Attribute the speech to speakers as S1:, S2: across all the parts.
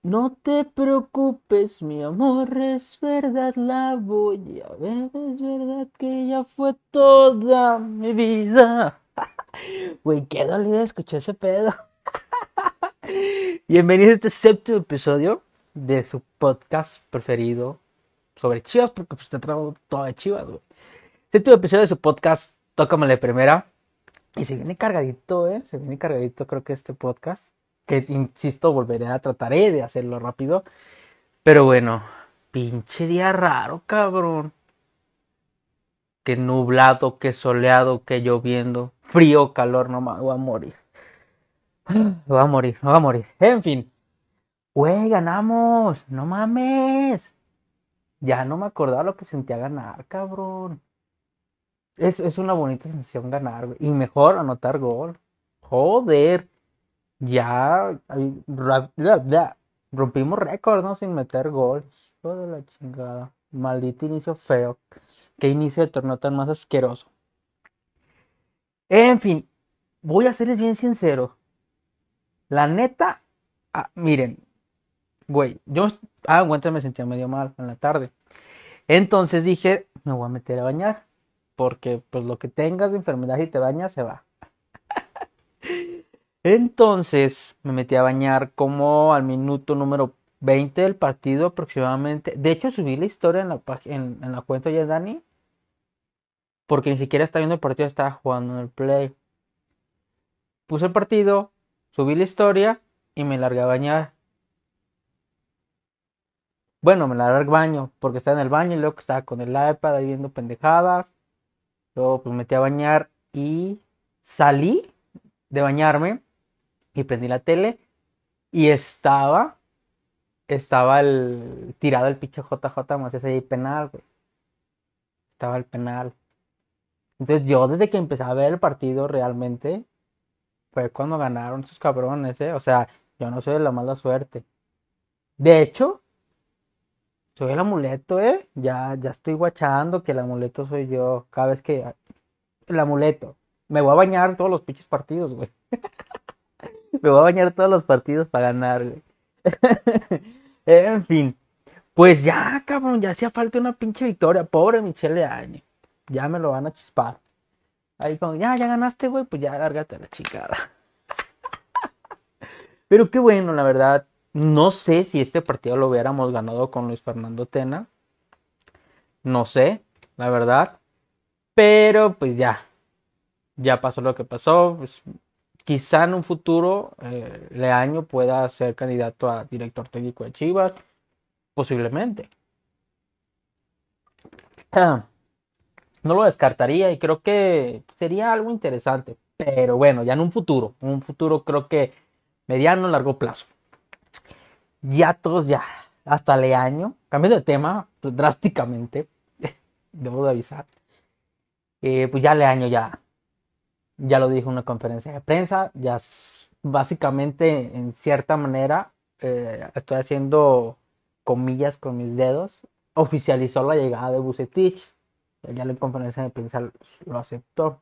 S1: No te preocupes, mi amor, es verdad, la voy a ver, es verdad que ella fue toda mi vida. Güey, qué dolida escuché ese pedo. Bienvenido a este séptimo episodio de su podcast preferido sobre Chivas, porque pues te traigo todo de Chivas, güey. Séptimo episodio de su podcast, Tócame la primera. Y se viene cargadito, se viene cargadito, creo que este podcast. Que insisto, trataré de hacerlo rápido. Pero bueno, pinche día raro, cabrón. Que nublado, que soleado, que lloviendo. Frío, calor, no mames, voy a morir. Voy a morir, voy a morir. En fin. Güey, ganamos. No mames. Ya no me acordaba lo que sentía ganar, cabrón. Es una bonita sensación ganar, güey. Y mejor anotar gol. Joder. Ya. Rompimos récord, ¿no? Sin meter gol. Hijo de la chingada. Maldito inicio feo. Qué inicio de torneo tan más asqueroso. En fin, voy a serles bien sincero. La neta, miren, güey, yo aguanta, me sentía medio mal en la tarde. Entonces dije, me voy a meter a bañar. Porque pues lo que tengas de enfermedad y te bañas se va. Entonces me metí a bañar como al minuto número 20 del partido aproximadamente. De hecho subí la historia en la cuenta de Dani. Porque ni siquiera estaba viendo el partido, estaba jugando en el play. Puse el partido, subí la historia y me largué a bañar. Bueno, me largué al baño porque estaba en el baño y luego que estaba con el iPad ahí viendo pendejadas. Luego pues me metí a bañar y salí de bañarme y prendí la tele y estaba tirado el pinche JJ más ese ahí penal, güey. Estaba el penal. Entonces yo desde que empecé a ver el partido realmente fue cuando ganaron esos cabrones, O sea, yo no soy de la mala suerte. De hecho, soy el amuleto, Ya estoy guachando que el amuleto soy yo. Cada vez que. El amuleto. Me voy a bañar todos los pinches partidos, güey. Me voy a bañar todos los partidos para ganar, güey. En fin. Pues ya, cabrón, ya hacía falta una pinche victoria. Pobre Michelle Año. Ya me lo van a chispar. Ahí como, ya ganaste, güey, pues ya lárgate a la chingada. Pero qué bueno, la verdad. No sé si este partido lo hubiéramos ganado con Luis Fernando Tena. No sé, la verdad. Pero pues ya pasó lo que pasó. Pues, quizá en un futuro Leaño pueda ser candidato a director técnico de Chivas. Posiblemente. No lo descartaría y creo que sería algo interesante. Pero bueno, ya en un futuro creo que mediano, largo plazo. Ya todos ya, hasta Leaño, cambiando de tema pues, drásticamente, debo de avisar. Pues ya Leaño ya lo dijo en una conferencia de prensa, básicamente en cierta manera estoy haciendo comillas con mis dedos, oficializó la llegada de Vucetich, ya en conferencia de prensa lo aceptó.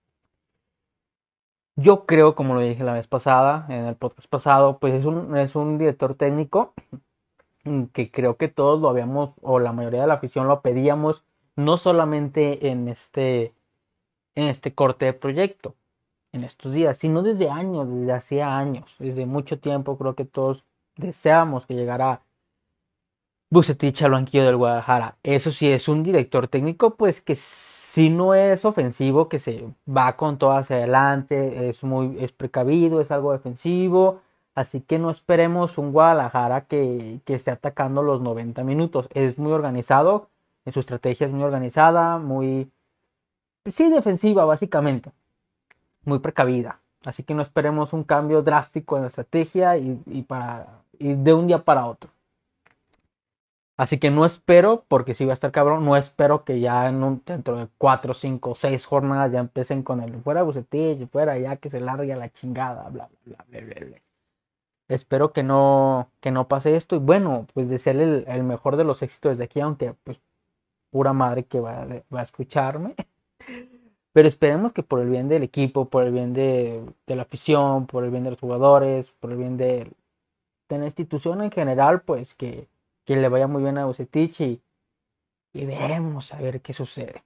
S1: Yo creo, como lo dije la vez pasada, en el podcast pasado, pues es un director técnico que creo que todos lo habíamos, o la mayoría de la afición lo pedíamos, no solamente en este corte de proyecto, en estos días, sino desde años, desde hacía años, desde mucho tiempo creo que todos deseamos que llegara Vucetich al banquillo del Guadalajara. Eso sí, es un director técnico, pues que si no es ofensivo, que se va con todo hacia adelante, es precavido, es algo defensivo. Así que no esperemos un Guadalajara que esté atacando los 90 minutos. Es muy organizado, en su estrategia es muy organizada, muy, sí, defensiva básicamente, muy precavida. Así que no esperemos un cambio drástico en la estrategia y de un día para otro. Así que no espero, porque si va a estar cabrón, no espero que ya dentro de 4, 5, 6 jornadas ya empiecen con el fuera Bucetich, fuera ya que se largue a la chingada, bla, bla, bla, bla, bla, bla. Espero que no pase esto y bueno, pues desearle el mejor de los éxitos desde aquí, aunque pues pura madre que va a escucharme. Pero esperemos que por el bien del equipo, por el bien de la afición, por el bien de los jugadores, por el bien de la institución en general, pues que le vaya muy bien a Vucetich y veremos a ver qué sucede.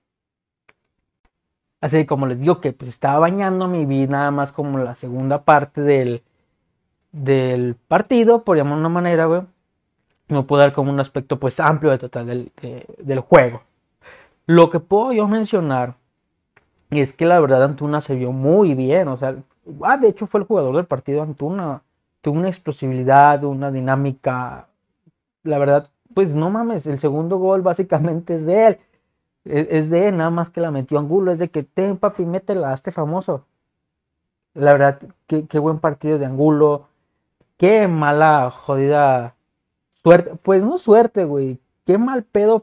S1: Así como les digo que pues estaba bañándome y vi nada más como la segunda parte del partido, por llamarlo de una manera, güey. No puedo dar como un aspecto pues amplio de total del juego. Lo que puedo yo mencionar es que la verdad Antuna se vio muy bien, o sea, de hecho fue el jugador del partido Antuna, tuvo una explosividad, una dinámica, la verdad, pues no mames, el segundo gol básicamente es de él, es de él, nada más que la metió Angulo, es de que ten papi, métela, hazte famoso. La verdad, qué buen partido de Angulo, qué mala, jodida suerte, pues no suerte, güey, qué mal pedo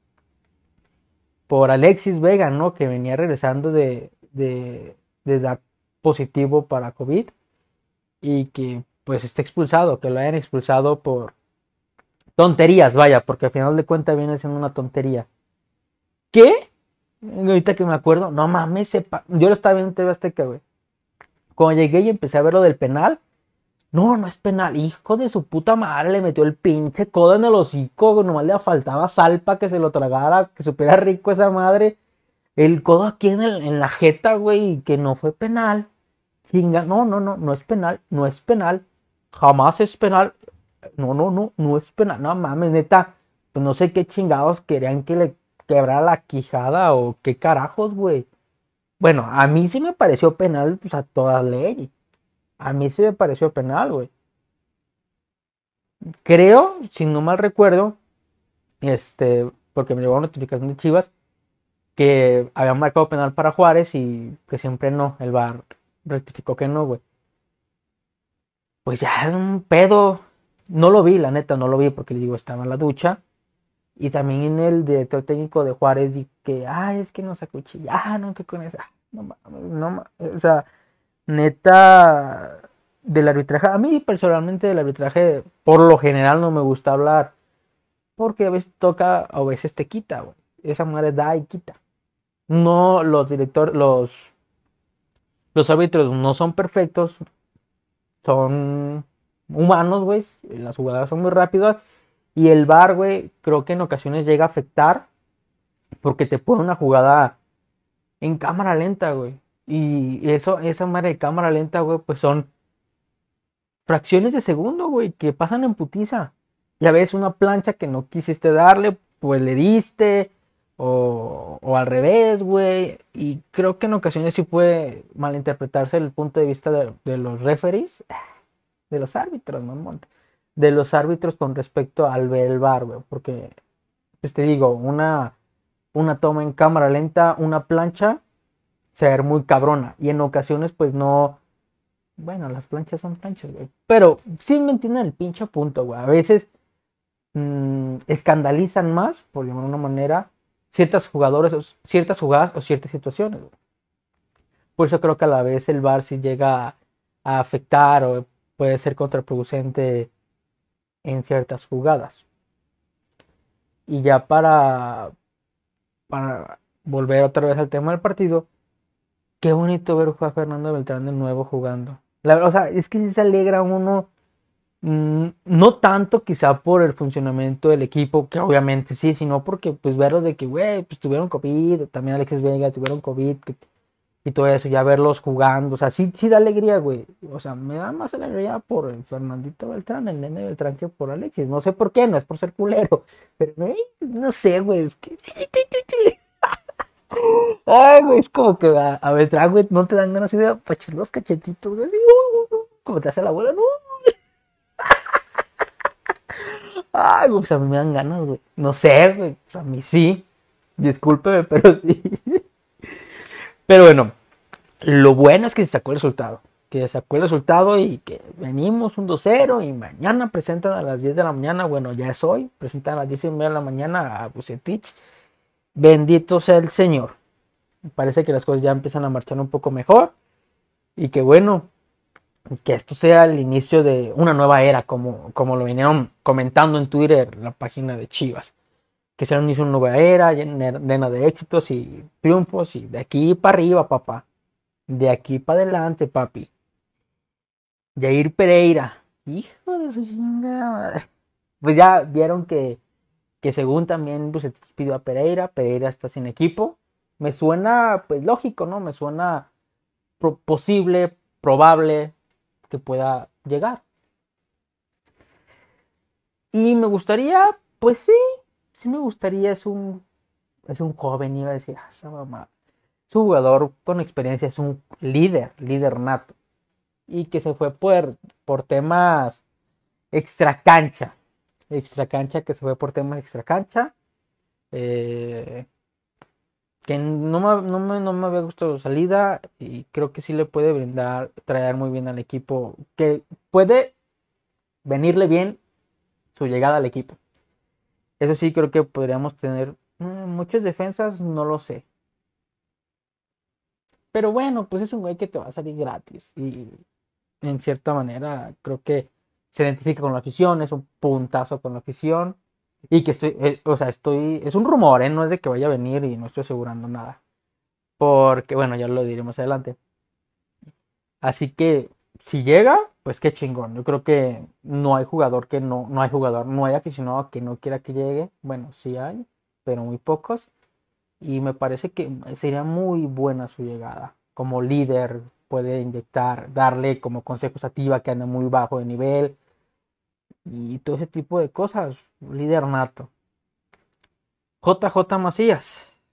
S1: por Alexis Vega, ¿no? Que venía regresando de dar positivo para COVID y que pues está expulsado, que lo hayan expulsado por tonterías, vaya, porque al final de cuentas viene siendo una tontería. ¿Qué? Ahorita que me acuerdo, no mames, yo lo estaba viendo en TV Azteca, güey. Cuando llegué y empecé a ver lo del penal, no, no es penal, hijo de su puta madre, le metió el pinche codo en el hocico, nomás le faltaba sal para que se lo tragara, que supiera rico esa madre. El codo aquí en la jeta, güey, que no fue penal. Chinga, no es penal, no es penal. Jamás es penal. No es penal. No mames, neta. Pues no sé qué chingados querían que le quebrara la quijada o qué carajos, güey. Bueno, a mí sí me pareció penal, pues a toda ley. A mí sí me pareció penal, güey. Creo, si no mal recuerdo, porque me llegó una notificación de Chivas, que habían marcado penal para Juárez y que siempre no, el VAR rectificó que no, güey. Pues ya es un pedo. No lo vi, la neta, no lo vi porque le digo, estaba en la ducha. Y también el director técnico de Juárez dijo que, es que nos acuchillaron, que con eso. No mames, no mames. O sea, neta, del arbitraje, a mí personalmente del arbitraje, por lo general no me gusta hablar. Porque a veces toca, a veces te quita, güey. Esa madre da y quita. No, los árbitros no son perfectos, son humanos, güey. Las jugadas son muy rápidas. Y el VAR, güey, creo que en ocasiones llega a afectar porque te pone una jugada en cámara lenta, güey. Y esa madre de cámara lenta, güey, pues son fracciones de segundo, güey, que pasan en putiza. Ya ves una plancha que no quisiste darle, pues le diste. O al revés, güey. Y creo que en ocasiones sí puede malinterpretarse el punto de vista de los referees. De los árbitros, mamón. De los árbitros con respecto al ver el VAR, güey. Porque, pues te digo, una toma en cámara lenta, una plancha, se va a ver muy cabrona. Y en ocasiones, pues no. Bueno, las planchas son planchas, güey. Pero sí me entienden el pinche punto, güey. A veces escandalizan más, por llamarlo de una manera, ciertas jugadas o ciertas situaciones, güey. Por eso creo que a la vez el VAR sí llega a afectar o puede ser contraproducente en ciertas jugadas. Y ya para volver otra vez al tema del partido, qué bonito ver a Fernando Beltrán de nuevo jugando. O sea, es que sí se alegra uno, no tanto quizá por el funcionamiento del equipo, que obviamente sí, sino porque pues verlo de que, güey, pues tuvieron COVID, también Alexis Vega tuvieron COVID, y todo eso, ya verlos jugando, o sea, sí da alegría, güey. O sea, me da más alegría por el Fernandito Beltrán, el nene Beltrán, que por Alexis. No sé por qué, no es por ser culero, pero no sé, güey, es que... Ay, güey, es como que a Beltrán, güey, no te dan ganas de apachar los cachetitos, güey, así, como te hace la abuela, no. Ay, güey, pues a mí me dan ganas, güey. No sé, güey, pues a mí sí. Discúlpeme, pero sí. Pero bueno, lo bueno es que se sacó el resultado. Que sacó el resultado y que venimos un 2-0 y mañana presentan a las 10 de la mañana. Bueno, ya es hoy. Presentan a las 10:30 de la mañana a Vucetich. Bendito sea el Señor. Parece que las cosas ya empiezan a marchar un poco mejor. Y que bueno, que esto sea el inicio de una nueva era, como lo vinieron comentando en Twitter, la página de Chivas. Que sea un inicio de una nueva era, llena de éxitos y triunfos. Y de aquí para arriba, papá. De aquí para adelante, papi. Jair Pereira, Hijo de su chingada madre. Pues ya vieron que según también pues, se pidió a Pereira. Pereira está sin equipo. Me suena pues lógico, ¿no? Me suena posible, probable que pueda llegar. Y me gustaría, pues sí me gustaría, es un joven, iba a decir, esa mamá. Es un jugador con experiencia, es un líder nato. Y que se fue por temas extra cancha. Extra cancha, que se fue por temas extra cancha. Eh, que no me había gustado su salida. Y creo que sí le puede traer muy bien al equipo. Que puede venirle bien su llegada al equipo. Eso sí, creo que podríamos tener muchas defensas, no lo sé. Pero bueno, pues es un güey que te va a salir gratis. Y en cierta manera creo que se identifica con la afición, es un puntazo con la afición. Y que es un rumor, ¿eh? No es de que vaya a venir y no estoy asegurando nada. Porque, bueno, ya lo diremos adelante. Así que, si llega, pues qué chingón. Yo creo que no hay jugador no hay jugador, no hay aficionado que no quiera que llegue. Bueno, sí hay, pero muy pocos. Y me parece que sería muy buena su llegada. Como líder, puede inyectar, darle como consejos a Tiva que anda muy bajo de nivel y todo ese tipo de cosas. Líder nato. JJ Macías.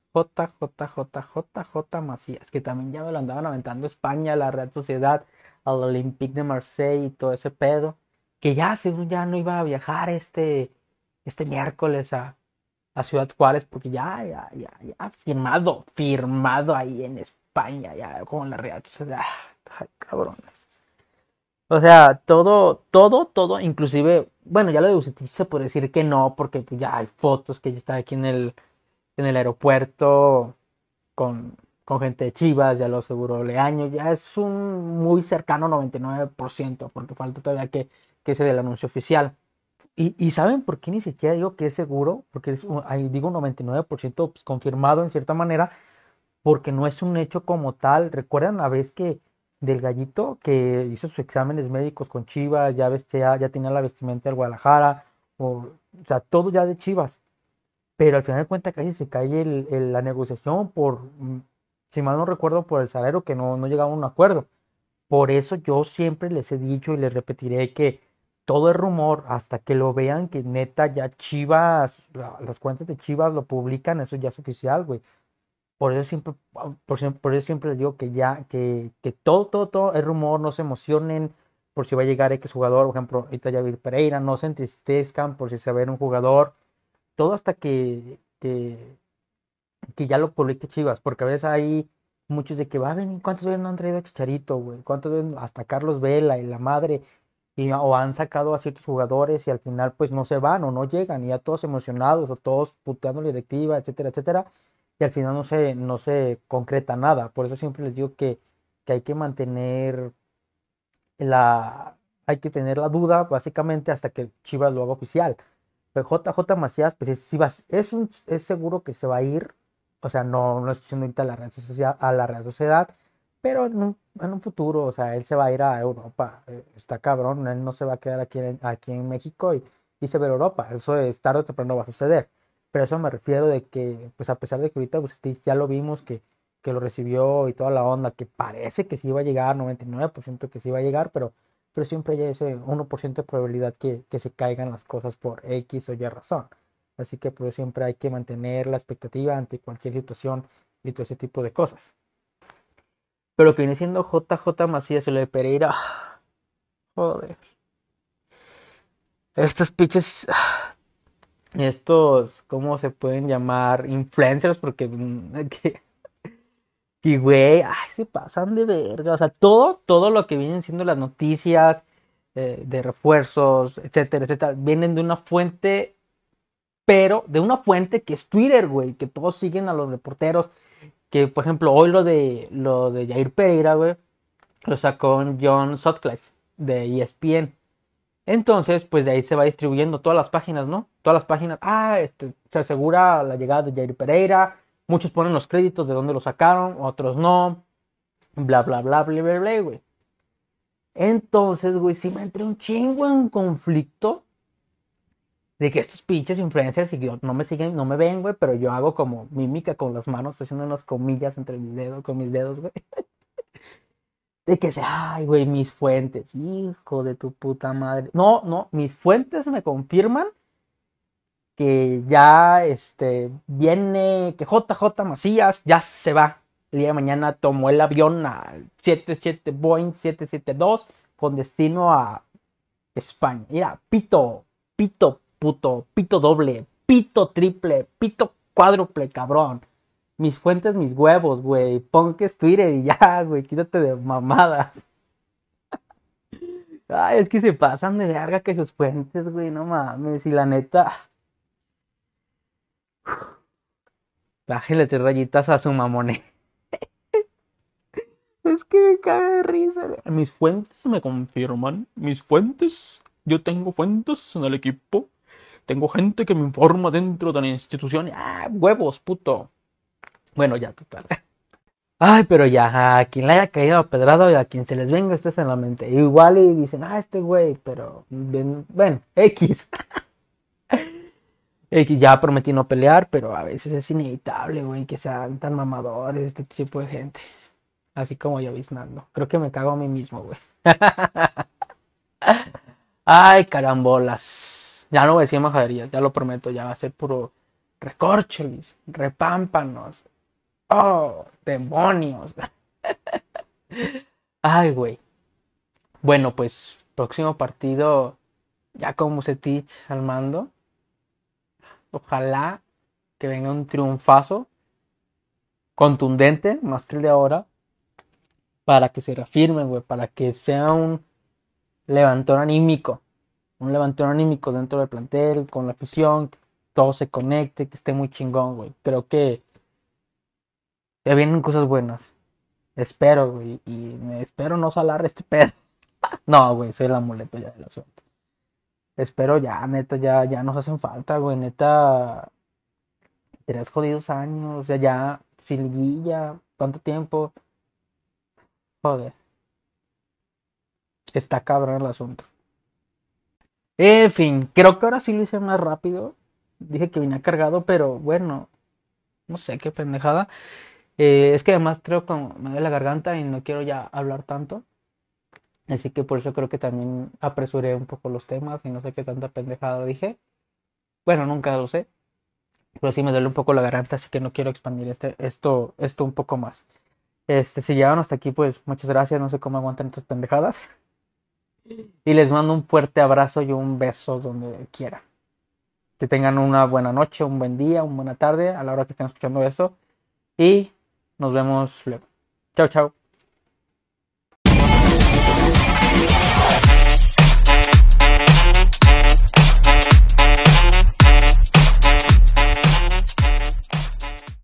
S1: JJ Macías, que también ya me lo andaban aventando España, la Real Sociedad, al Olympique de Marseille y todo ese pedo. Que ya, según ya no iba a viajar este miércoles a Ciudad Juárez, porque ya firmado ahí en España, ya con la Real Sociedad. Ay, cabrón. O sea, todo, inclusive, bueno, ya lo de Bucetich se puede decir que no, porque pues, ya hay fotos que ya está aquí en el aeropuerto con gente de Chivas, ya lo aseguró Leaño, ya es un muy cercano 99%, porque falta todavía que se dé el anuncio oficial. ¿Y saben por qué ni siquiera digo que es seguro? Porque ahí digo 99% pues, confirmado en cierta manera, porque no es un hecho como tal. ¿Recuerdan la vez que del Gallito que hizo sus exámenes médicos con Chivas, ya tenía la vestimenta del Guadalajara, o sea, todo ya de Chivas? Pero al final de cuentas casi se cae la negociación si mal no recuerdo, por el salario que no llegaba a un acuerdo. Por eso yo siempre les he dicho y les repetiré que todo es rumor hasta que lo vean que neta ya Chivas, las cuentas de Chivas lo publican, eso ya es oficial, güey. Por eso siempre les digo que ya, que todo es rumor, no se emocionen por si va a llegar X jugador, por ejemplo, ahorita Javier Pereira, no se entristezcan por si se va a ver un jugador, todo hasta que ya lo publique Chivas, porque a veces hay muchos de que va a venir, ¿cuántos veces no han traído a Chicharito, güey? ¿Cuántos veces hasta Carlos Vela y la madre? O han sacado a ciertos jugadores y al final pues no se van o no llegan y ya todos emocionados o todos puteando la directiva, etcétera, etcétera, y al final no se concreta nada. Por eso siempre les digo que la, hay que tener la duda básicamente hasta que Chivas lo haga oficial. Pero JJ Macías, pues es seguro que se va a ir. O sea, no estoy diciendo ahorita a la Real Sociedad, pero en un futuro, o sea, él se va a ir a Europa. Está cabrón, él no se va a quedar aquí en México y se va a Europa. Eso es tarde o temprano va a suceder. Pero eso me refiero de que, pues a pesar de que ahorita pues, ya lo vimos que lo recibió y toda la onda, que parece que sí iba a llegar, 99% que sí iba a llegar, pero siempre hay ese 1% de probabilidad que se caigan las cosas por X o Y razón. Así que pues siempre hay que mantener la expectativa ante cualquier situación y todo ese tipo de cosas. Pero lo que viene siendo JJ Macías y lo de Pereira, joder. Estos pitches, ¿cómo se pueden llamar? Influencers, porque y güey, ay, se pasan de verga. O sea, todo lo que vienen siendo las noticias de refuerzos, etcétera, etcétera, vienen de una fuente, pero de una fuente que es Twitter, güey, que todos siguen a los reporteros. Que, por ejemplo, hoy lo de Jair Pereira, güey, lo sacó John Sutcliffe de ESPN. Entonces, pues de ahí se va distribuyendo todas las páginas, ¿no? Todas las páginas, se asegura la llegada de Jair Pereira, muchos ponen los créditos de dónde lo sacaron, otros no, bla, bla, bla, bla, bla, bla, güey. Entonces, güey, sí me entré un chingo en conflicto de que estos pinches influencers y no me siguen, no me ven, güey, pero yo hago como mímica con las manos, estoy haciendo unas comillas entre mis dedos, con mis dedos, güey. De que sea, ay, güey, mis fuentes, hijo de tu puta madre. No, no, mis fuentes me confirman que ya viene, que JJ Macías ya se va. El día de mañana tomó el avión al Boeing 772 con destino a España. Mira, pito, pito, puto, pito doble, pito triple, pito cuádruple, cabrón. Mis fuentes, mis huevos, güey. Pon que es Twitter y ya, güey. Quítate de mamadas. Ay, es que se pasan de verga que sus fuentes, güey. No mames. Y la neta, bájale 3 rayitas a su mamone. Es que me caga de risa, güey. Mis fuentes me confirman. Mis fuentes. Yo tengo fuentes en el equipo. Tengo gente que me informa dentro de la institución. Ah, huevos, puto. Bueno, ya, total. Ay, pero ya, a quien le haya caído a pedrada y a quien se les venga estés en la mente. Igual y dicen, este güey, pero ven, X. X ya prometí no pelear, pero a veces es inevitable, güey, que sean tan mamadores este tipo de gente. Así como yo biznando. Creo que me cago a mí mismo, güey. Ay, carambolas. Ya no voy a decir majaderías, ya lo prometo, ya va a ser puro recorcholis, repámpanos. Oh, demonios. Ay, güey. Bueno, pues próximo partido ya con Musetich al mando. Ojalá que venga un triunfazo contundente, más que el de ahora, para que se reafirmen, güey, para que sea un levantón anímico. Un levantón anímico dentro del plantel, con la afición, que todo se conecte, que esté muy chingón, güey. Creo que vienen cosas buenas. Espero, güey, y me espero no salar este pedo. No, güey, soy el amuleto ya del asunto. Espero ya, neta, ya nos hacen falta, güey, neta. 3 jodidos años, o sea, ya, sin liguilla, ¿cuánto tiempo? Joder, está cabrón el asunto. En fin, creo que ahora sí lo hice más rápido. Dije que venía cargado, pero bueno, no sé qué pendejada. Es que además creo que me duele la garganta y no quiero ya hablar tanto. Así que por eso creo que también apresuré un poco los temas y no sé qué tanta pendejada dije. Bueno, nunca lo sé. Pero sí me duele un poco la garganta, así que no quiero expandir esto un poco más. Si llegaron hasta aquí, pues muchas gracias. No sé cómo aguantan estas pendejadas. Y les mando un fuerte abrazo y un beso donde quiera. Que tengan una buena noche, un buen día, una buena tarde a la hora que estén escuchando esto. Y nos vemos luego. Chao, chao.